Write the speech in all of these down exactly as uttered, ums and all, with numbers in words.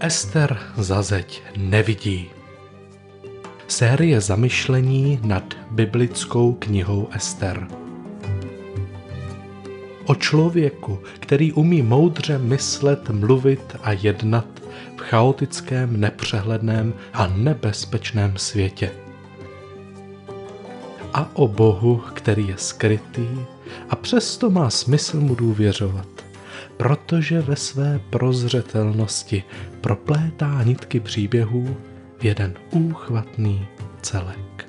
Ester za zeď nevidí. Série zamyšlení nad biblickou knihou Ester. O člověku, který umí moudře myslet, mluvit a jednat v chaotickém, nepřehledném a nebezpečném světě. A o Bohu, který je skrytý a přesto má smysl mu důvěřovat, protože ve své prozřetelnosti proplétá nitky příběhů v jeden úchvatný celek.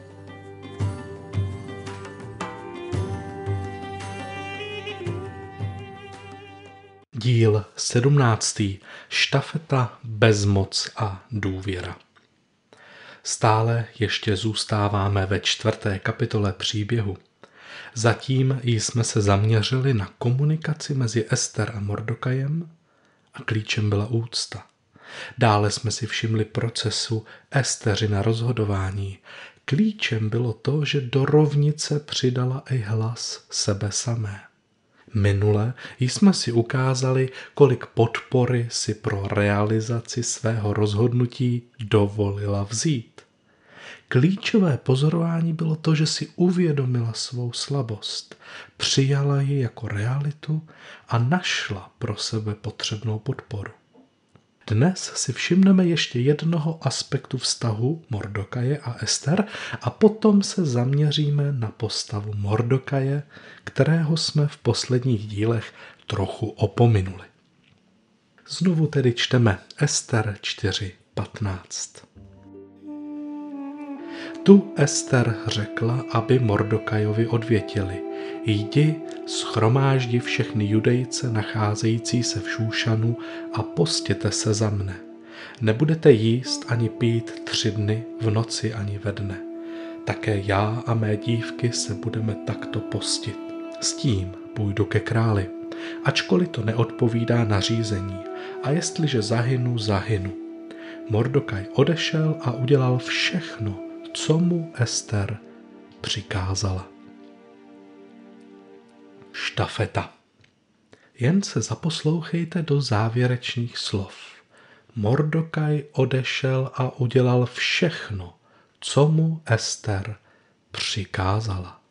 Díl sedmnáctý. Štafeta, bezmoc a důvěra. Stále ještě zůstáváme ve čtvrté kapitole příběhu. Zatím jsme se zaměřili na komunikaci mezi Ester a Mordokajem a klíčem byla úcta. Dále jsme si všimli procesu Esteřina rozhodování. Klíčem bylo to, že do rovnice přidala i hlas sebe samé. Minule jsme si ukázali, kolik podpory si pro realizaci svého rozhodnutí dovolila vzít. Klíčové pozorování bylo to, že si uvědomila svou slabost, přijala ji jako realitu a našla pro sebe potřebnou podporu. Dnes si všimneme ještě jednoho aspektu vztahu Mordokaje a Ester a potom se zaměříme na postavu Mordokaje, kterého jsme v posledních dílech trochu opominuli. Znovu tedy čteme Ester čtyři patnáct. Tu Ester řekla, aby Mordokajovi odvětili: jdi, shromáždi všechny Judejce nacházející se v Šúšanu a postěte se za mne. Nebudete jíst ani pít tři dny, v noci ani ve dne. Také já a mé dívky se budeme takto postit. S tím půjdu ke králi, ačkoliv to neodpovídá nařízení, a jestliže zahynu, zahynu. Mordokaj odešel a udělal všechno, co mu Ester přikázala. Štafeta. Jen se zaposlouchejte do závěrečných slov. Mordokaj odešel a udělal všechno, co mu Ester přikázala.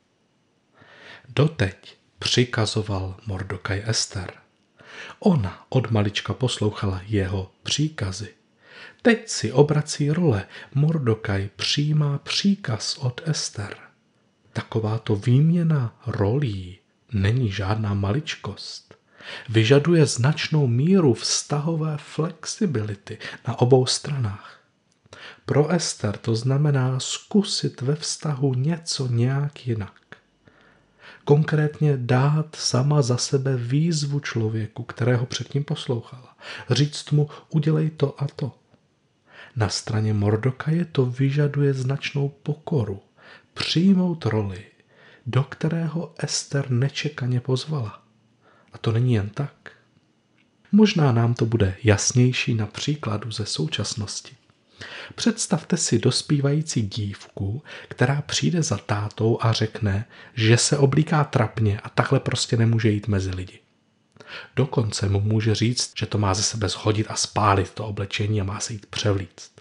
Doteď přikazoval Mordokaj Ester. Ona od malička poslouchala jeho příkazy. Teď si obrací role. Mordokaj přijímá příkaz od Ester. Takováto výměna rolí není žádná maličkost. Vyžaduje značnou míru vztahové flexibility na obou stranách. Pro Ester to znamená zkusit ve vztahu něco nějak jinak. Konkrétně dát sama za sebe výzvu člověku, kterého předtím poslouchala. Říct mu: udělej to a to. Na straně Mordokaje to vyžaduje značnou pokoru, přijmout roli, do kterého Ester nečekaně pozvala. A to není jen tak. Možná nám to bude jasnější na příkladu ze současnosti. Představte si dospívající dívku, která přijde za tátou a řekne, že se oblíká trapně a takhle prostě nemůže jít mezi lidi. Dokonce mu může říct, že to má ze sebe shodit a spálit to oblečení a má se jít převlíct.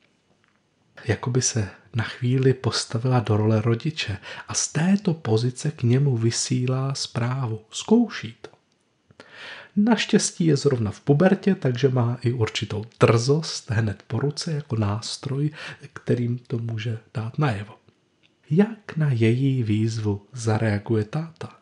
Jakoby se na chvíli postavila do role rodiče a z této pozice k němu vysílá zprávu. Zkouší to. Naštěstí je zrovna v pubertě, takže má i určitou drzost hned po ruce jako nástroj, kterým to může dát najevo. Jak na její výzvu zareaguje táta?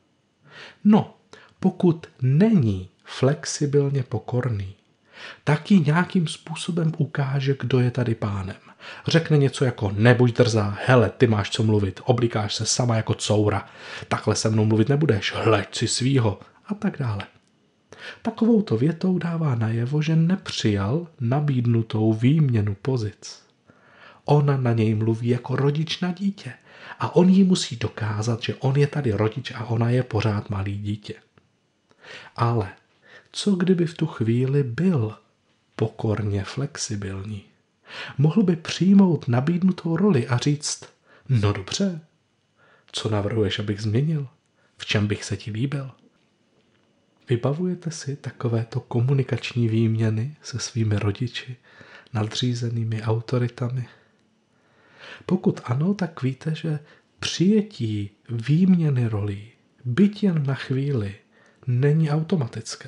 No, pokud není flexibilně pokorný, tak jí nějakým způsobem ukáže, kdo je tady pánem. Řekne něco jako: nebuď drzá, hele, ty máš co mluvit, oblíkáš se sama jako coura, takhle se mnou mluvit nebudeš, hleď si svýho a tak dále. Takovouto větou dává najevo, že nepřijal nabídnutou výměnu pozic. Ona na něj mluví jako rodič na dítě a on jí musí dokázat, že on je tady rodič a ona je pořád malý dítě. Ale co kdyby v tu chvíli byl pokorně flexibilní? Mohl by přijmout nabídnutou roli a říct: no dobře, co navrhuješ, abych změnil? V čem bych se ti líbil? Vybavujete si takovéto komunikační výměny se svými rodiči, nadřízenými autoritami? Pokud ano, tak víte, že přijetí výměny rolí, byť jen na chvíli, není automatické.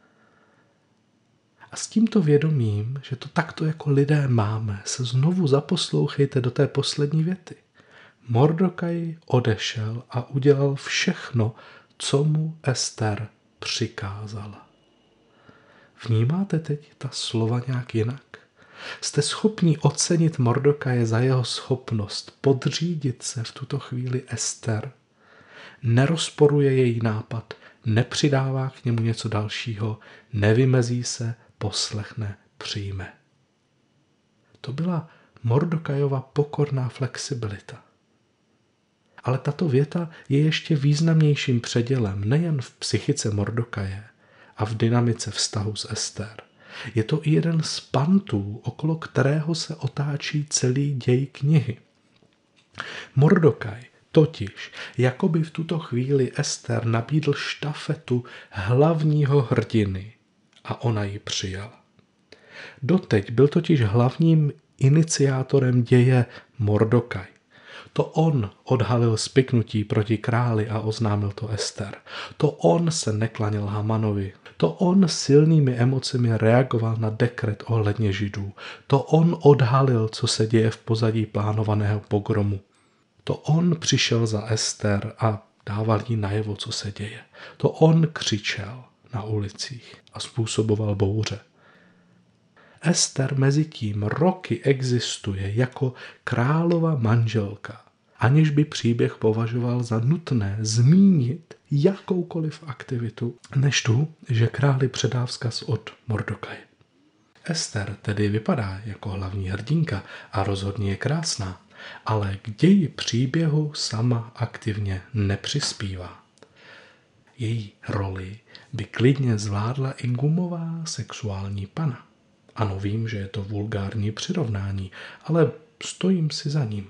A s tímto vědomím, že to takto jako lidé máme, se znovu zaposlouchejte do té poslední věty. Mordokaj odešel a udělal všechno, co mu Ester přikázala. Vnímáte teď ta slova nějak jinak? Jste schopni ocenit Mordokaje za jeho schopnost podřídit se v tuto chvíli Ester? Nerozporuje její nápad, nepřidává k němu něco dalšího, nevymezí se, poslechne, přijme. To byla Mordokajova pokorná flexibilita. Ale tato věta je ještě významnějším předělem nejen v psychice Mordokaje a v dynamice vztahu s Ester. Je to i jeden z pantů, okolo kterého se otáčí celý děj knihy. Mordokaj totiž jakoby v tuto chvíli Ester nabídl štafetu hlavního hrdiny a ona ji přijala. Doteď byl totiž hlavním iniciátorem děje Mordokaj. To on odhalil spiknutí proti králi a oznámil to Ester. To on se neklanil Hamanovi. To on silnými emocemi reagoval na dekret ohledně Židů. To on odhalil, co se děje v pozadí plánovaného pogromu. To on přišel za Ester a dával jí najevo, co se děje. To on křičel na ulicích a způsoboval bouře. Ester mezitím roky existuje jako králova manželka, aniž by příběh považoval za nutné zmínit jakoukoliv aktivitu, než tu, že králi předá vzkaz od Mordokaje. Ester tedy vypadá jako hlavní hrdinka a rozhodně je krásná, ale k ději příběhu sama aktivně nepřispívá. Její roli by klidně zvládla i gumová sexuální pana. Ano, vím, že je to vulgární přirovnání, ale stojím si za ním.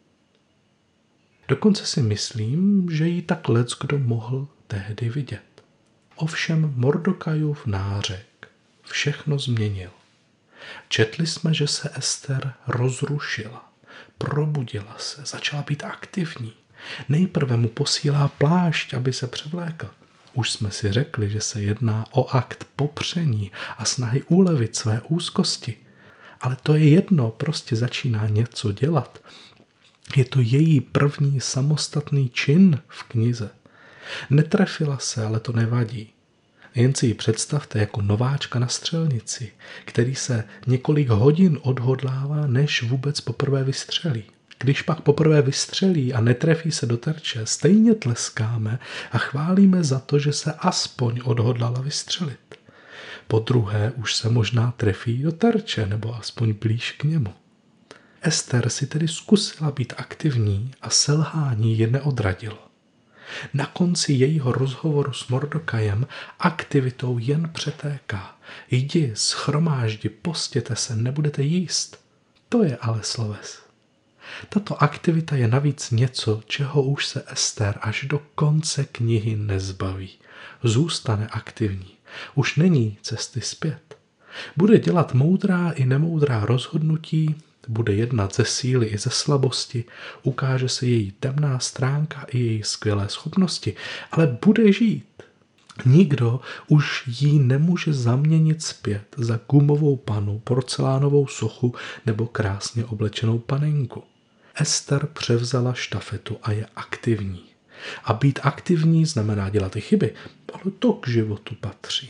Dokonce si myslím, že ji tak leckdo mohl tehdy vidět. Ovšem Mordokajův nářek všechno změnil. Četli jsme, že se Ester rozrušila, probudila se, začala být aktivní. Nejprve mu posílá plášť, aby se převlékl. Už jsme si řekli, že se jedná o akt popření a snahy ulevit své úzkosti. Ale to je jedno, prostě začíná něco dělat. Je to její první samostatný čin v knize. Netrefila se, ale to nevadí. Jen si ji představte jako nováčka na střelnici, který se několik hodin odhodlává, než vůbec poprvé vystřelí. Když pak poprvé vystřelí a netrefí se do terče, stejně tleskáme a chválíme za to, že se aspoň odhodlala vystřelit. Po druhé už se možná trefí do terče nebo aspoň blíž k němu. Ester si tedy zkusila být aktivní a selhání je neodradilo. Na konci jejího rozhovoru s Mordokajem aktivitou jen přetéká. Jdi, shromáždi, postěte se, nebudete jíst. To je ale sloves. Tato aktivita je navíc něco, čeho už se Ester až do konce knihy nezbaví. Zůstane aktivní. Už není cesty zpět. Bude dělat moudrá i nemoudrá rozhodnutí, bude jednat ze síly i ze slabosti, ukáže se její temná stránka i její skvělé schopnosti, ale bude žít. Nikdo už jí nemůže zaměnit zpět za gumovou panu, porcelánovou sochu nebo krásně oblečenou panenku. Ester převzala štafetu a je aktivní. A být aktivní znamená dělat i chyby, ale to k životu patří.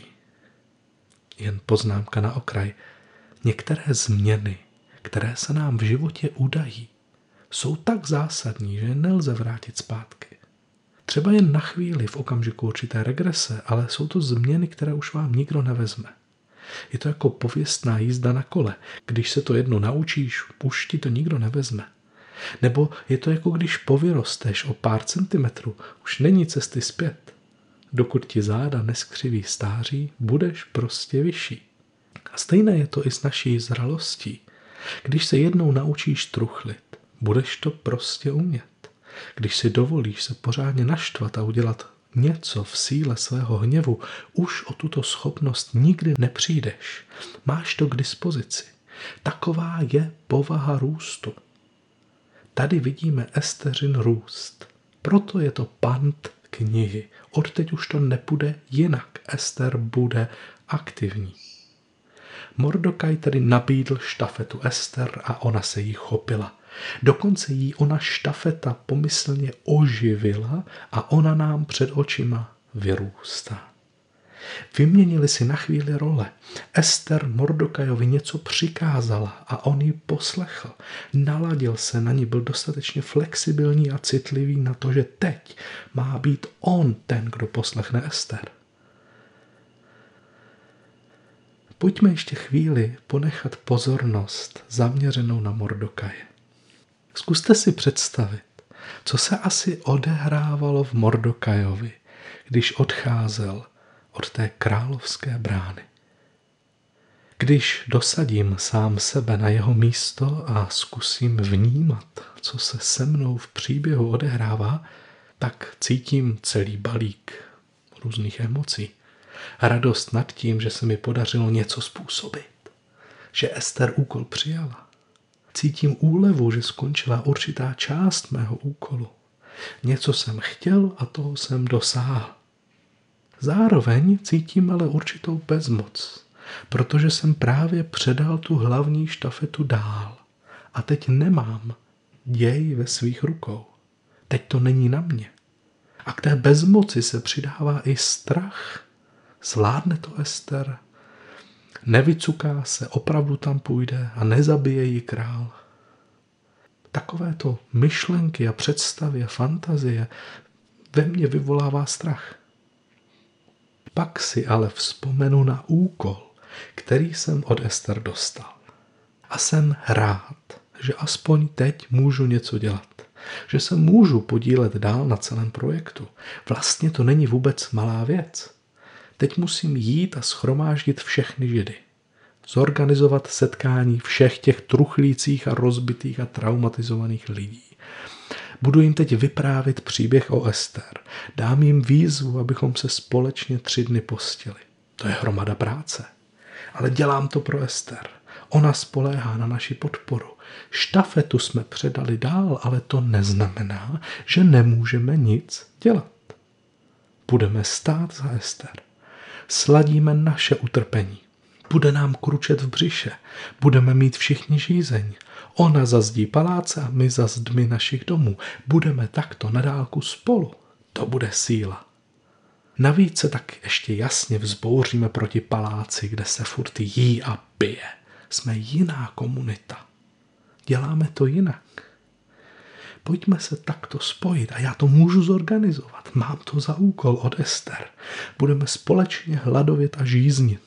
Jen poznámka na okraj. Některé změny, které se nám v životě udají, jsou tak zásadní, že nelze vrátit zpátky. Třeba jen na chvíli v okamžiku určité regrese, ale jsou to změny, které už vám nikdo nevezme. Je to jako pověstná jízda na kole. Když se to jednou naučíš, už ti to nikdo nevezme. Nebo je to jako když povyrosteš o pár centimetrů, už není cesty zpět. Dokud ti záda neskřiví stáří, budeš prostě vyšší. A stejné je to i s naší zralostí. Když se jednou naučíš truchlit, budeš to prostě umět. Když si dovolíš se pořádně naštvat a udělat něco v síle svého hněvu, už o tuto schopnost nikdy nepřijdeš. Máš to k dispozici. Taková je povaha růstu. Tady vidíme Esteřin růst. Proto je to pant knihy. Odteď už to nepůjde jinak. Ester bude aktivní. Mordokaj tedy nabídl štafetu Ester a ona se jí chopila. Dokonce jí ona štafeta pomyslně oživila a ona nám před očima vyrůstá. Vyměnili si na chvíli role. Ester Mordokajovi něco přikázala a on ji poslechl. Naladil se na ní, byl dostatečně flexibilní a citlivý na to, že teď má být on ten, kdo poslechne Ester. Pojďme ještě chvíli ponechat pozornost zaměřenou na Mordokaje. Zkuste si představit, co se asi odehrávalo v Mordokajovi, když odcházel od té královské brány. Když dosadím sám sebe na jeho místo a zkusím vnímat, co se se mnou v příběhu odehrává, tak cítím celý balík různých emocí. Radost nad tím, že se mi podařilo něco způsobit, že Ester úkol přijala. Cítím úlevu, že skončila určitá část mého úkolu. Něco jsem chtěl a toho jsem dosáhl. Zároveň cítím ale určitou bezmoc, protože jsem právě předal tu hlavní štafetu dál a teď nemám děj ve svých rukou. Teď to není na mě. A k té bezmoci se přidává i strach. Zvládne to Ester? Nevycuká se, opravdu tam půjde a nezabije ji král? Takovéto myšlenky a představy a fantazie ve mně vyvolává strach. Pak si ale vzpomenu na úkol, který jsem od Ester dostal. A jsem rád, že aspoň teď můžu něco dělat. Že se můžu podílet dál na celém projektu. Vlastně to není vůbec malá věc. Teď musím jít a shromáždit všechny židy. Zorganizovat setkání všech těch truchlících a rozbitých a traumatizovaných lidí. Budu jim teď vyprávět příběh o Ester. Dám jim výzvu, abychom se společně tři dny postili. To je hromada práce. Ale dělám to pro Ester. Ona spoléhá na naši podporu. Štafetu jsme předali dál, ale to neznamená, že nemůžeme nic dělat. Budeme stát za Ester. Sladíme naše utrpení. Bude nám kručet v břiše. Budeme mít všichni žízeň. Ona zazdí paláce a my za zdmi našich domů. Budeme takto na dálku spolu. To bude síla. Navíc se tak ještě jasně vzbouříme proti paláci, kde se furt jí a pije. Jsme jiná komunita. Děláme to jinak. Pojďme se takto spojit a já to můžu zorganizovat. Mám to za úkol od Ester. Budeme společně hladovět a žíznit.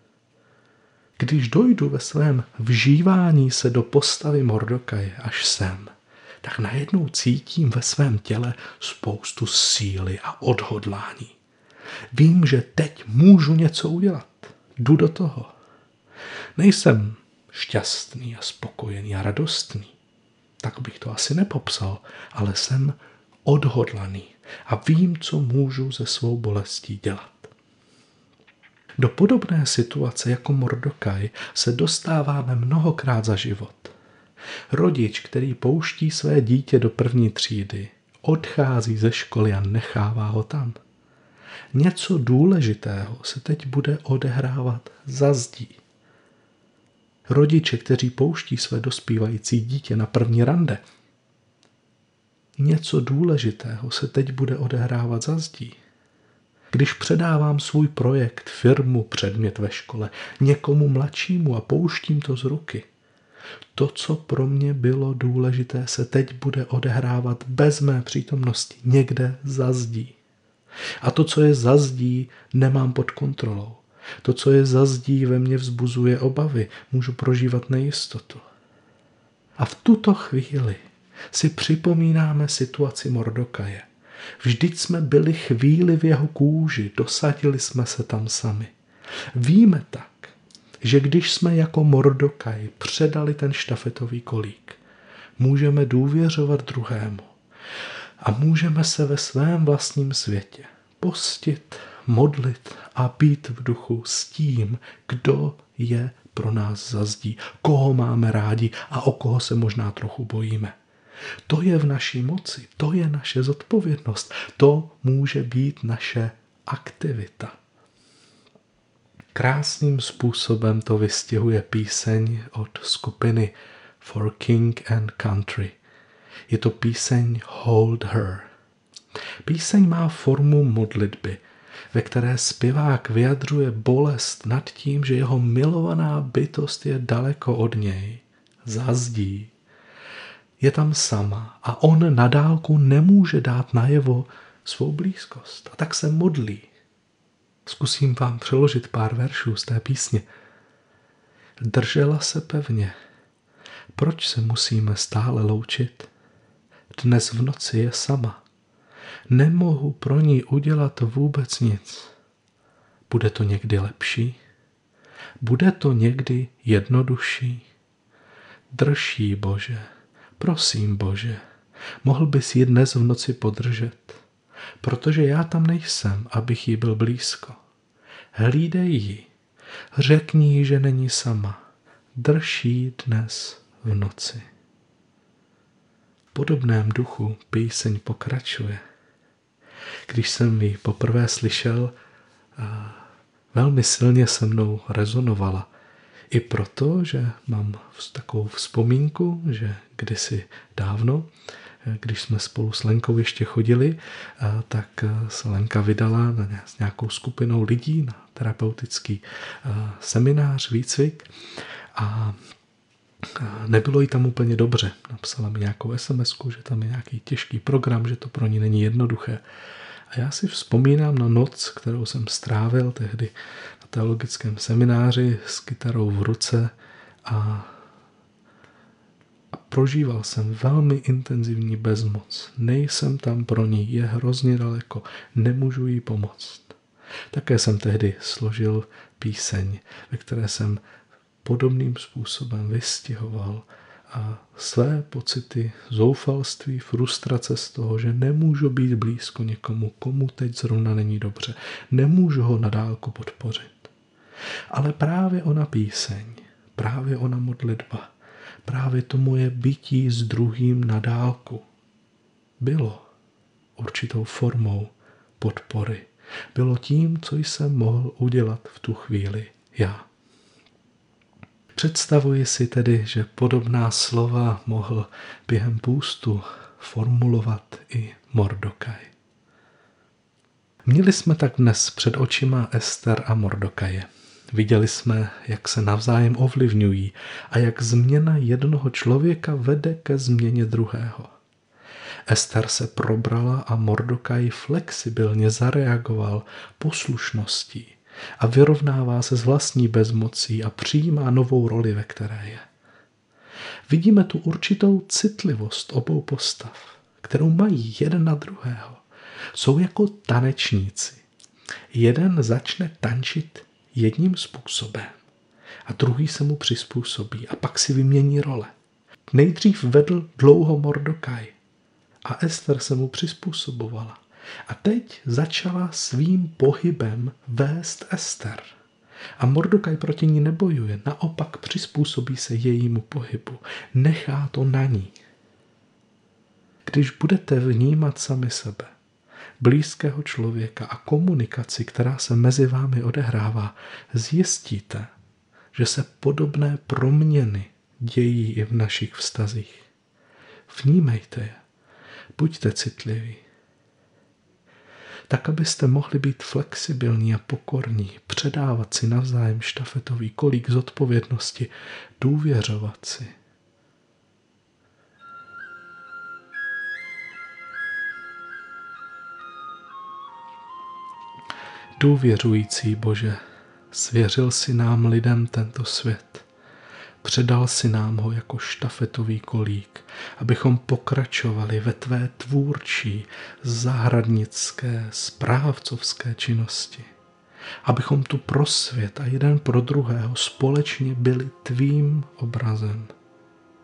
Když dojdu ve svém vžívání se do postavy Mordokaje až sem, tak najednou cítím ve svém těle spoustu síly a odhodlání. Vím, že teď můžu něco udělat. Jdu do toho. Nejsem šťastný a spokojený a radostný. Tak bych to asi nepopsal, ale jsem odhodlaný a vím, co můžu se svou bolestí dělat. Do podobné situace jako Mordokaj se dostáváme mnohokrát za život. Rodič, který pouští své dítě do první třídy, odchází ze školy a nechává ho tam. Něco důležitého se teď bude odehrávat za zdí. Rodiče, kteří pouští své dospívající dítě na první rande. Něco důležitého se teď bude odehrávat za zdí. Když předávám svůj projekt, firmu, předmět ve škole někomu mladšímu a pouštím to z ruky, to, co pro mě bylo důležité, se teď bude odehrávat bez mé přítomnosti někde za zdí. A to, co je za zdí, nemám pod kontrolou. To, co je za zdí, ve mně vzbuzuje obavy, můžu prožívat nejistotu. A v tuto chvíli si připomínáme situaci Mordokaje. Vždyť jsme byli chvíli v jeho kůži, dosadili jsme se tam sami. Víme tak, že když jsme jako Mordokaj předali ten štafetový kolík, můžeme důvěřovat druhému a můžeme se ve svém vlastním světě postit, modlit a být v duchu s tím, kdo je pro nás za zdí, koho máme rádi a o koho se možná trochu bojíme. To je v naší moci, to je naše zodpovědnost, to může být naše aktivita. Krásným způsobem to vystihuje píseň od skupiny For King and Country. Je to píseň Hold Her. Píseň má formu modlitby, ve které zpěvák vyjadřuje bolest nad tím, že jeho milovaná bytost je daleko od něj, za zdí. Je tam sama a on na dálku nemůže dát najevo svou blízkost. A tak se modlí. Zkusím vám přeložit pár veršů z té písně. Držela se pevně. Proč se musíme stále loučit? Dnes v noci je sama. Nemohu pro ní udělat vůbec nic. Bude to někdy lepší? Bude to někdy jednodušší? Drž jí, Bože, prosím, Bože, mohl bys ji dnes v noci podržet, protože já tam nejsem, abych jí byl blízko. Hlídej ji, řekni jí, že není sama, drž jí dnes v noci. V podobném duchu píseň pokračuje. Když jsem ji poprvé slyšel, velmi silně se mnou rezonovala. I proto, že mám takovou vzpomínku, že kdysi dávno, když jsme spolu s Lenkou ještě chodili, tak se Lenka vydala na s nějakou skupinou lidí na terapeutický seminář, výcvik a nebylo jí tam úplně dobře. Napsala mi nějakou SMSku, že tam je nějaký těžký program, že to pro ní není jednoduché. A já si vzpomínám na noc, kterou jsem strávil tehdy na teologickém semináři s kytarou v ruce a, a prožíval jsem velmi intenzivní bezmoc. Nejsem tam pro ní, je hrozně daleko, nemůžu jí pomoct. Také jsem tehdy složil píseň, ve které jsem podobným způsobem vystihoval a své pocity zoufalství, frustrace z toho, že nemůžu být blízko někomu, komu teď zrovna není dobře. Nemůžu ho na dálku podpořit. Ale právě ona píseň, právě ona modlitba, právě to moje bytí s druhým na dálku bylo určitou formou podpory. Bylo tím, co jsem mohl udělat v tu chvíli já. Představuji si tedy, že podobná slova mohl během půstu formulovat i Mordokaj. Měli jsme tak dnes před očima Ester a Mordokaje. Viděli jsme, jak se navzájem ovlivňují a jak změna jednoho člověka vede ke změně druhého. Ester se probrala a Mordokaj flexibilně zareagoval poslušností a vyrovnává se s vlastní bezmocí a přijímá novou roli, ve které je. Vidíme tu určitou citlivost obou postav, kterou mají jeden na druhého. Jsou jako tanečníci. Jeden začne tančit jedním způsobem a druhý se mu přizpůsobí a pak si vymění role. Nejdřív vedl dlouho Mordokaj a Ester se mu přizpůsobovala. A teď začala svým pohybem vést Ester. A Mordokaj proti ní nebojuje, naopak přizpůsobí se jejímu pohybu. Nechá to na ní. Když budete vnímat sami sebe, blízkého člověka a komunikaci, která se mezi vámi odehrává, zjistíte, že se podobné proměny dějí i v našich vztazích. Vnímejte je. Buďte citliví. Tak, abyste mohli být flexibilní a pokorní, předávat si navzájem štafetový kolík zodpovědnosti, důvěřovat si. Důvěřující Bože, svěřil si nám lidem tento svět. Předal si nám ho jako štafetový kolík, abychom pokračovali ve tvé tvůrčí, zahradnické, správcovské činnosti. Abychom tu pro svět a jeden pro druhého společně byli tvým obrazem.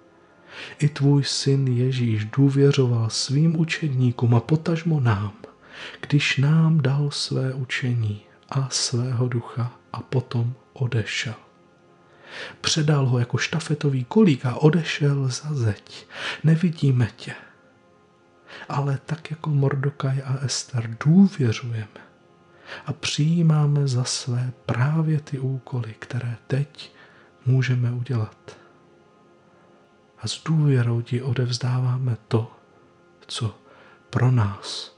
I tvůj syn Ježíš důvěřoval svým učedníkům a potažmo nám, když nám dal své učení a svého ducha a potom odešel. Předal ho jako štafetový kolík a odešel za zeď. Nevidíme tě. Ale tak jako Mordokaj a Ester důvěřujeme a přijímáme za své právě ty úkoly, které teď můžeme udělat. A s důvěrou ti odevzdáváme to, co pro nás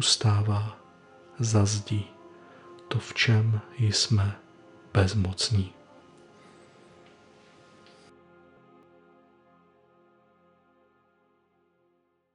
zůstává za zdí, to, v čem jsme bezmocní.